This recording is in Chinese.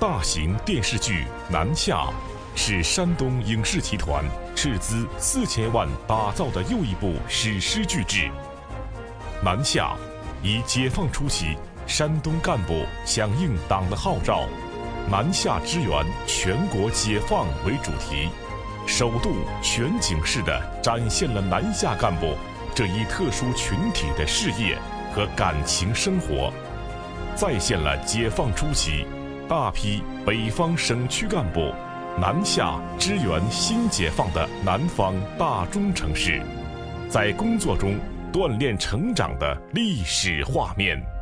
大型电视剧《南下》是山东影视集团斥资4000万打造的又一部史诗巨制。《南下》以解放初期山东干部响应党的号召，南下支援全国解放为主题，首度全景式地展现了南下干部这一特殊群体的事业和感情生活，再现了解放初期大批北方省区干部南下支援新解放的南方大中城市，在工作中锻炼成长的历史画面。